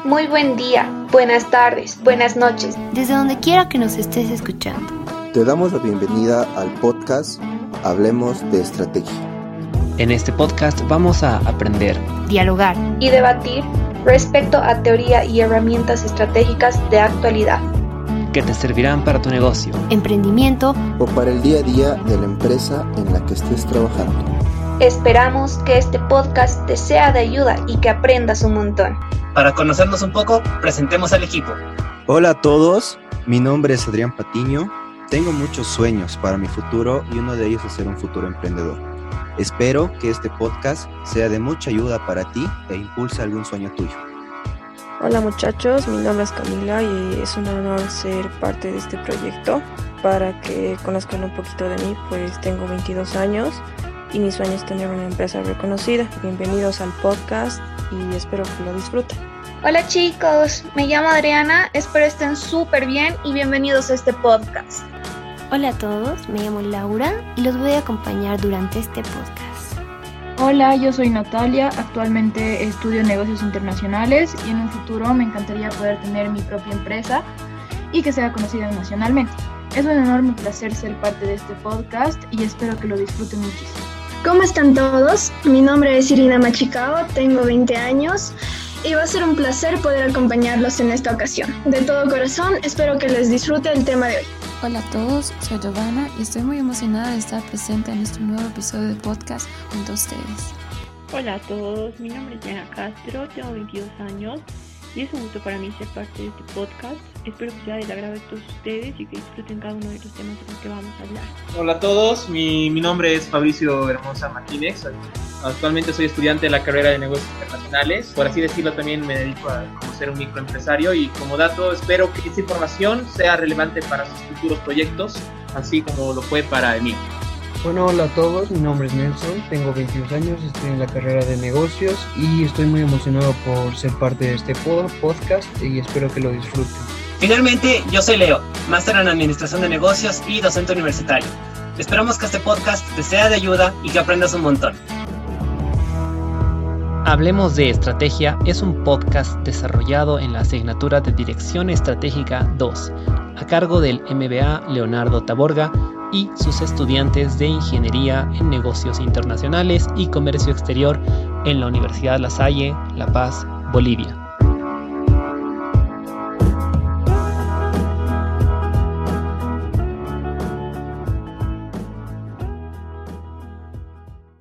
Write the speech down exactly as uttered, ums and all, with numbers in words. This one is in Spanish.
Muy buen día, buenas tardes, buenas noches. Desde donde quiera que nos estés escuchando. Te damos la bienvenida al podcast Hablemos de Estrategia. En este podcast vamos a aprender, dialogar y debatir respecto a teoría y herramientas estratégicas de actualidad que te servirán para tu negocio, emprendimiento o para el día a día de la empresa en la que estés trabajando. Esperamos que este podcast te sea de ayuda y que aprendas un montón. Para conocernos un poco, presentemos al equipo. Hola a todos, mi nombre es Adrián Patiño. Tengo muchos sueños para mi futuro y uno de ellos es ser un futuro emprendedor. Espero que este podcast sea de mucha ayuda para ti e impulse algún sueño tuyo. Hola muchachos, mi nombre es Camila y es un honor ser parte de este proyecto. Para que conozcan un poquito de mí, pues tengo veintidós años y mi sueño es tener una empresa reconocida. Bienvenidos al podcast y espero que lo disfruten. Hola chicos, me llamo Adriana, espero estén súper bien y bienvenidos a este podcast. Hola a todos, me llamo Laura y los voy a acompañar durante este podcast. Hola, yo soy Natalia, actualmente estudio negocios internacionales y en un futuro me encantaría poder tener mi propia empresa y que sea conocida nacionalmente. Es un enorme placer ser parte de este podcast y espero que lo disfruten muchísimo. ¿Cómo están todos? Mi nombre es Irina Machicao, tengo veinte años y va a ser un placer poder acompañarlos en esta ocasión. De todo corazón, espero que les disfrute el tema de hoy. Hola a todos, soy Giovanna y estoy muy emocionada de estar presente en nuestro nuevo episodio de podcast junto a ustedes. Hola a todos, mi nombre es Diana Castro, tengo veintidós años y es un gusto para mí ser parte de este podcast. Espero que sea del agrado de todos ustedes y que disfruten cada uno de los temas de los que vamos a hablar. Hola a todos, mi, mi nombre es Fabricio Hermosa Martínez. Soy, actualmente soy estudiante de la carrera de negocios internacionales. Por así decirlo, también me dedico a como ser un microempresario y como dato espero que esta información sea relevante para sus futuros proyectos, así como lo fue para el mío. Bueno, hola a todos, mi nombre es Nelson, tengo veintidós años, estoy en la carrera de negocios y estoy muy emocionado por ser parte de este podcast y espero que lo disfruten. Finalmente, yo soy Leo, máster en Administración de Negocios y docente universitario. Esperamos que este podcast te sea de ayuda y que aprendas un montón. Hablemos de Estrategia es un podcast desarrollado en la asignatura de Dirección Estratégica dos, a cargo del M B A Leonardo Taborga y sus estudiantes de Ingeniería en Negocios Internacionales y Comercio Exterior en la Universidad La Salle, La Paz, Bolivia.